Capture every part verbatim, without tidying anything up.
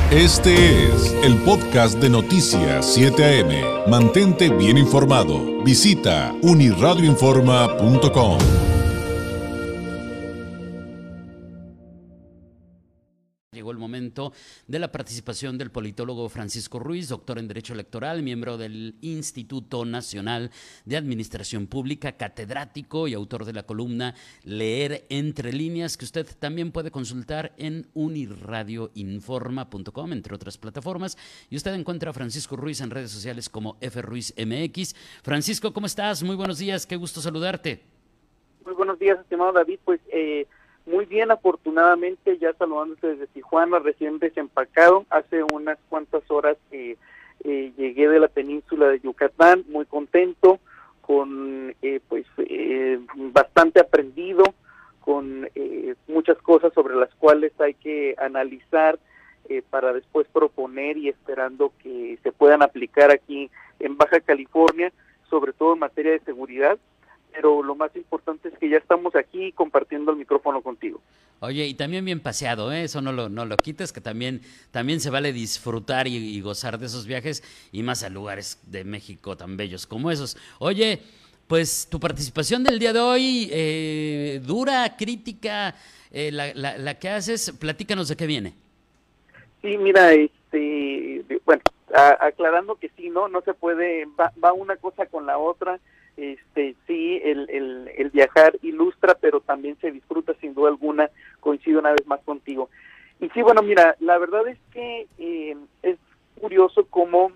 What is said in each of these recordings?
Este es el podcast de Noticias siete A M. Mantente bien informado. Visita uniradioinforma punto com. Llegó el momento de la participación del politólogo Francisco Ruiz, doctor en Derecho Electoral, miembro del Instituto Nacional de Administración Pública, catedrático y autor de la columna Leer entre líneas, que usted también puede consultar en uniradioinforma punto com, entre otras plataformas. Y usted encuentra a Francisco Ruiz en redes sociales como F Ruiz M X. Francisco, ¿cómo estás? Muy buenos días, qué gusto saludarte. Muy buenos días, estimado David. Pues eh, muy bien, afortunadamente, ya saludándote desde Tijuana, recién desempacado. Hace unas cuantas horas eh, eh, llegué de la península de Yucatán, muy contento, con eh, pues eh, bastante aprendido, con eh, muchas cosas sobre las cuales hay que analizar eh, para después proponer y esperando que se puedan aplicar aquí en Baja California, sobre todo en materia de seguridad. Pero lo más importante es que ya estamos aquí compartiendo el micrófono contigo. Oye, y también bien paseado, ¿eh? Eso no lo, no lo quites, que también, también se vale disfrutar y, y gozar de esos viajes, y más a lugares de México tan bellos como esos. Oye, pues tu participación del día de hoy, eh, dura, crítica, eh, la, la, la que haces, platícanos de qué viene. Sí, mira, este, bueno, a, aclarando que sí, no, no se puede, va, va una cosa con la otra. Este sí, el, el, el viajar ilustra, pero también se disfruta sin duda alguna. Coincido una vez más contigo. Y sí, bueno, mira, la verdad es que eh, es curioso cómo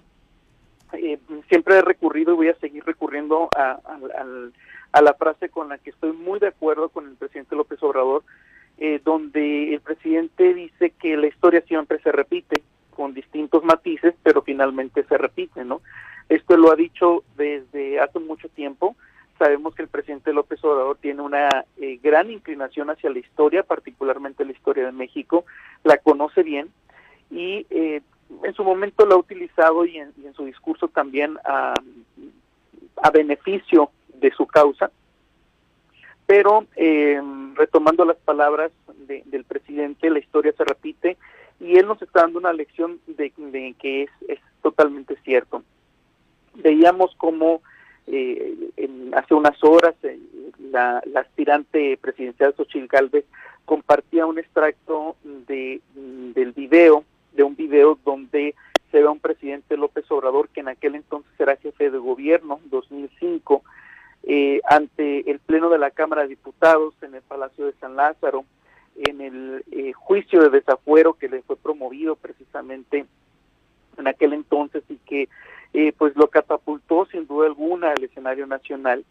eh, siempre he recurrido y voy a seguir recurriendo a, a, a, a la frase con la que estoy muy de acuerdo con el presidente López Obrador, eh, donde el presidente dice que la historia siempre se repite, con distintos matices, pero finalmente se repite, ¿no? Esto lo ha dicho desde hace mucho tiempo. Sabemos que el presidente López Obrador tiene una eh, gran inclinación hacia la historia, particularmente la historia de México, la conoce bien y eh, en su momento lo ha utilizado y en, y en su discurso también a, a beneficio de su causa. Pero eh, retomando las palabras de, del presidente, la historia se repite y él nos está dando una lección de, de que es, es totalmente cierto. Veíamos como eh, en, hace unas horas eh, la, la aspirante presidencial Xochitl Gálvez compartía un extracto de del video, de un video donde se ve a un presidente López Obrador, que en aquel entonces era jefe de gobierno, dos mil cinco, eh, ante el Pleno de la Cámara de Diputados en el Palacio de San Lázaro, en el eh, juicio de desafuero que le fue promovido precisamente en aquel entonces y que eh, pues lo catapultó sin duda alguna al escenario nacional,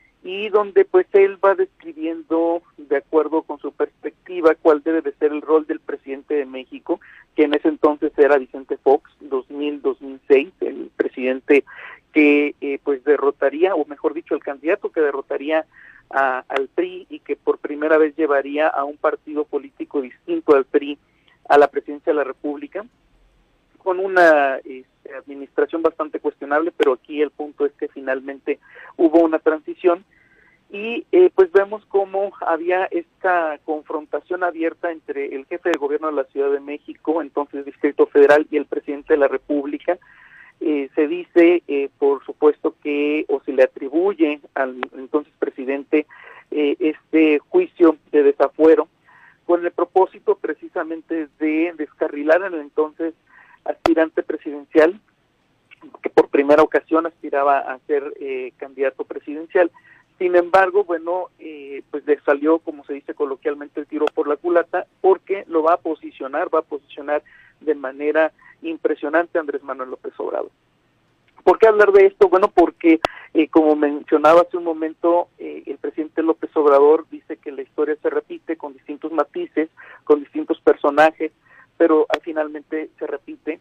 y donde pues él va describiendo de acuerdo con su perspectiva cuál debe de ser el rol del presidente de México, que en ese entonces era Vicente Fox, dos mil a dos mil seis, el presidente que eh, pues derrotaría, o mejor dicho, el candidato que derrotaría a, al P R I y que por primera vez llevaría a un partido político distinto al P R I a la presidencia de la República, con una este, administración bastante cuestionable, pero aquí el punto es que finalmente hubo una transición y eh, pues vemos cómo había esta confrontación abierta entre el jefe de gobierno de la Ciudad de México, entonces Distrito Federal, y el presidente de la República. Eh, se dice, eh, por supuesto, que o se le atribuye al entonces presidente eh, este juicio de desafuero con el propósito precisamente de descarrilar al entonces aspirante presidencial, que por primera ocasión aspiraba a ser eh, candidato presidencial. Sin embargo, bueno, eh, pues le salió, como se dice coloquialmente, el tiro por la culata, porque lo va a posicionar, va a posicionar de manera impresionante a Andrés Manuel López Obrador. ¿Por qué hablar de esto? Bueno, porque, eh, como mencionaba hace un momento, eh, el presidente López Obrador dice que la historia se repite con distintos matices, con distintos personajes, pero al finalmente se repite.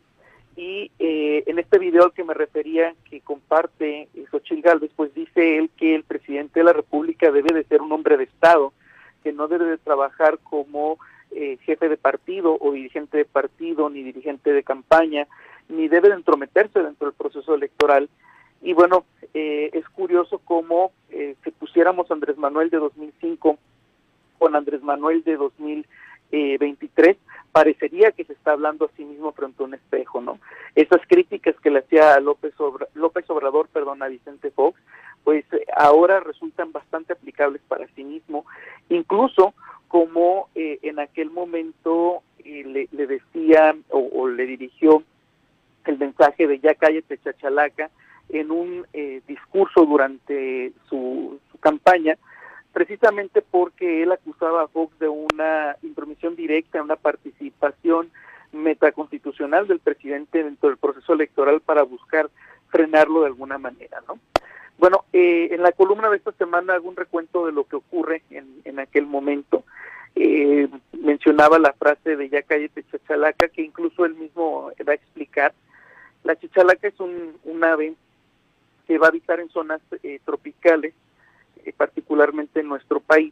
Y eh, en este video al que me refería, que comparte eh, Xochitl Gálvez, pues dice él que el presidente de la República debe de ser un hombre de Estado, que no debe de trabajar como eh, jefe de partido o dirigente de partido, ni dirigente de campaña, ni debe de entrometerse dentro del proceso electoral. Y bueno, eh, es curioso cómo eh, si pusiéramos Andrés Manuel de dos mil cinco con Andrés Manuel de dos mil veintitrés, parecería que se está hablando a sí mismo frente a un espejo, ¿no? Esas críticas que le hacía a López, Obra, López Obrador, perdón, a Vicente Fox, pues ahora resultan bastante aplicables para sí mismo, incluso como eh, en aquel momento eh, le, le decía o, o le dirigió el mensaje de ya cállate chachalaca en un eh, discurso durante su, su campaña, precisamente porque él acusaba a Fox de una intromisión directa, una participación metaconstitucional del presidente dentro del proceso electoral para buscar frenarlo de alguna manera, ¿no? Bueno, eh, en la columna de esta semana hago un recuento de lo que ocurre en, en aquel momento. Eh, mencionaba la frase de ya cállate chachalaca, que incluso él mismo va a explicar. La chachalaca es un, un ave que va a habitar en zonas eh, tropicales, eh, particularmente en nuestro país,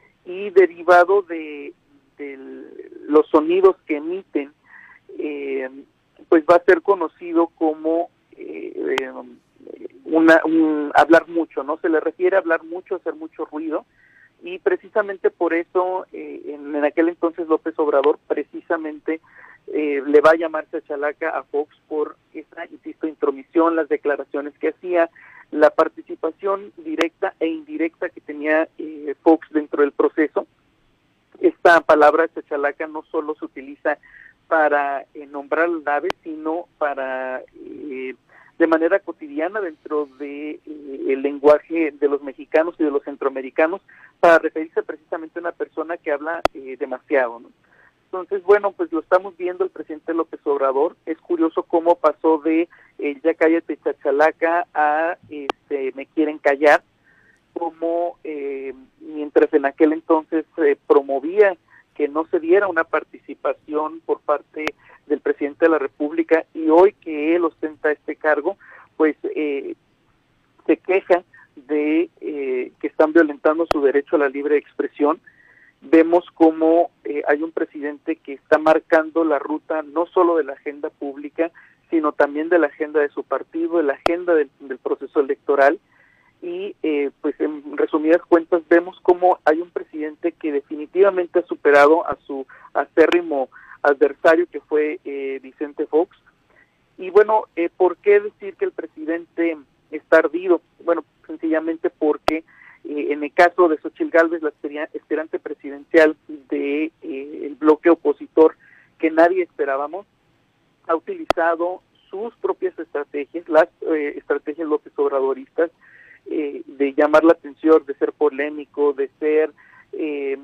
y derivado de, de los sonidos que emiten, eh, pues va a ser conocido como eh, eh, una, un, hablar mucho, ¿no? Se le refiere a hablar mucho, hacer mucho ruido, y precisamente por eso eh, en, en aquel entonces López Obrador precisamente eh, le va a llamar chachalaca a Fox por esa, insisto, intromisión, las declaraciones que hacía, la participación directa e indirecta que tenía eh, Fox dentro del proceso. Esta palabra chachalaca no solo se utiliza para eh, nombrar al ave, sino para eh, de manera cotidiana dentro de eh, el lenguaje de los mexicanos y de los centroamericanos, para referirse precisamente a una persona que habla eh, demasiado, ¿no? Entonces, bueno, pues lo estamos viendo el presidente López Obrador. Es curioso cómo pasó de eh, ya cállate chachalaca a este, me quieren callar, como eh, mientras en aquel entonces eh, promovía que no se diera una participación por parte del presidente de la República, y hoy que él ostenta este cargo, pues eh, se queja de eh, que están violentando su derecho a la libre expresión. Vemos cómo eh, hay un presidente que está marcando la ruta no solo de la agenda pública, sino también de la agenda de su partido, de la agenda del, del proceso electoral, y eh, pues en resumidas cuentas vemos cómo hay un presidente que definitivamente ha superado a su acérrimo adversario, que fue eh, Vicente Fox. Y bueno, eh, ¿por qué decir que el presidente está ardido? Bueno, sencillamente porque eh, en el caso de Xóchitl Gálvez, la aspirante presidencial de eh, el bloque opositor, que nadie esperábamos, ha utilizado sus propias estrategias, las eh, estrategias López Obradoristas, eh, de llamar la atención, de ser polémico, de ser eh,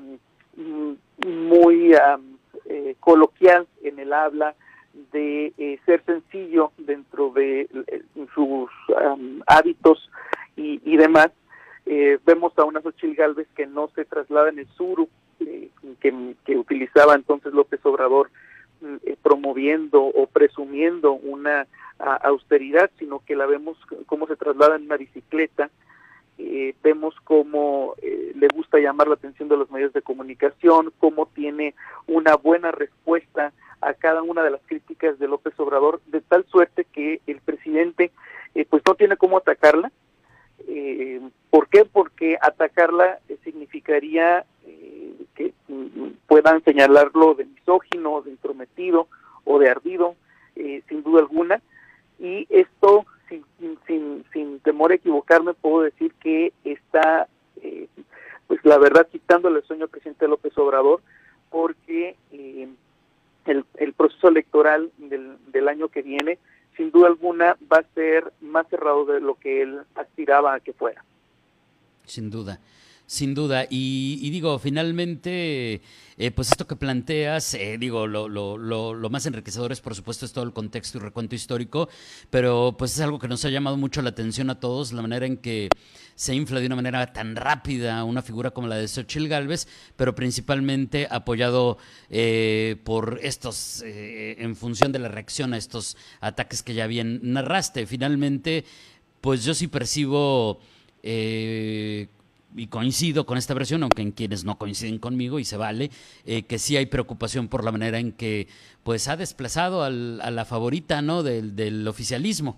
muy um, eh, coloquial en el habla, de eh, ser sencillo dentro de eh, sus um, hábitos y, y demás. Eh, vemos a una Xóchitl Gálvez que no se traslada en el suru eh, que, que utilizaba entonces López Obrador, eh, promoviendo o presumiendo una a, austeridad, sino que la vemos cómo se traslada en una bicicleta. Eh, vemos cómo eh, le gusta llamar la atención de los medios de comunicación, cómo tiene una buena respuesta a cada una de las críticas de López Obrador, de tal suerte que el presidente eh, pues no tiene cómo atacarla. Eh, ¿Por qué? Porque atacarla eh, significaría eh, que mm, puedan señalarlo de misógino, de entrometido o de ardido, eh, sin duda alguna, y esto, sin, sin, sin temor a equivocarme, puedo decir que está, eh, pues la verdad, quitándole el sueño al presidente López Obrador, porque eh, el, el proceso electoral del, del año que viene, sin duda alguna, va a ser más cerrado de lo que él aspiraba a que fuera. Sin duda, sin duda. Y, y digo, finalmente, eh, pues esto que planteas, eh, digo, lo, lo, lo, lo más enriquecedor es, por supuesto, es todo el contexto y recuento histórico, pero pues es algo que nos ha llamado mucho la atención a todos, la manera en que se infla de una manera tan rápida una figura como la de Xóchitl Gálvez, pero principalmente apoyado eh, por estos, eh, en función de la reacción a estos ataques que ya bien narraste. Finalmente, pues yo sí percibo... Eh, y coincido con esta versión, aunque en quienes no coinciden conmigo, y se vale, eh, que sí hay preocupación por la manera en que pues ha desplazado al, a la favorita, ¿no?, del, del oficialismo.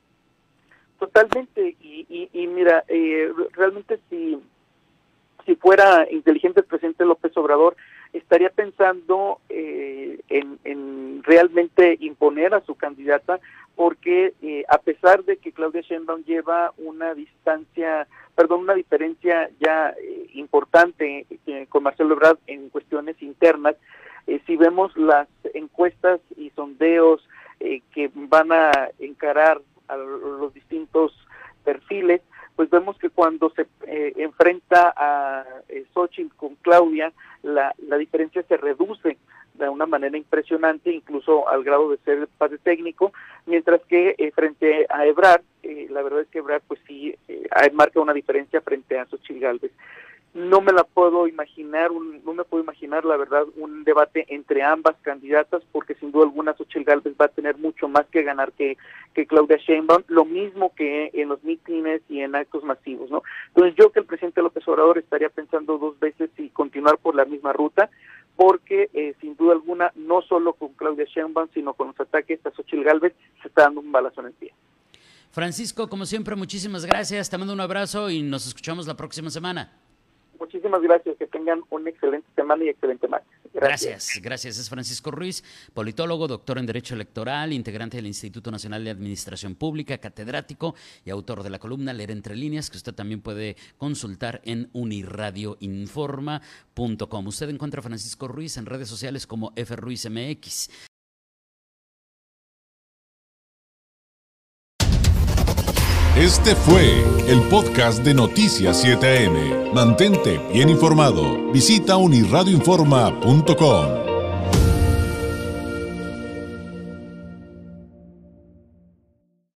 Totalmente, y, y, y mira, eh, realmente si, si fuera inteligente el presidente López Obrador, estaría pensando eh, en, en realmente imponer a su candidata, porque eh, a pesar de que Claudia Sheinbaum lleva una distancia, perdón, una diferencia ya eh, importante eh, con Marcelo Ebrard en cuestiones internas, eh, si vemos las encuestas y sondeos eh, que van a encarar a los distintos perfiles, pues vemos que cuando se eh, enfrenta a eh, Xochitl con Claudia, la, la diferencia se reduce de una manera impresionante, incluso al grado de ser empate técnico, mientras que eh, frente a Ebrard, eh, la verdad es que Ebrard pues sí eh, marca una diferencia frente a Xochitl Gálvez. No me la puedo imaginar, un, no me puedo imaginar la verdad un debate entre ambas candidatas, porque sin duda alguna Xochitl Gálvez va a tener mucho más que ganar que, que Claudia Sheinbaum, lo mismo que en los mítines y en actos masivos, ¿no? Entonces yo que el presidente López Obrador estaría pensando dos veces si continuar por la misma ruta, porque eh, sin duda alguna, no solo con Claudia Sheinbaum, sino con los ataques a Xochitl Gálvez, se está dando un balazo en el pie. Francisco, como siempre, muchísimas gracias, te mando un abrazo y nos escuchamos la próxima semana. Muchísimas gracias, que tengan una excelente semana y excelente martes. Gracias. gracias, gracias. Es Francisco Ruiz, politólogo, doctor en Derecho Electoral, integrante del Instituto Nacional de Administración Pública, catedrático y autor de la columna Leer Entre Líneas, que usted también puede consultar en uniradioinforma punto com. Usted encuentra a Francisco Ruiz en redes sociales como F Ruiz M X. Este fue el podcast de Noticias siete A M. Mantente bien informado. Visita uniradioinforma punto com.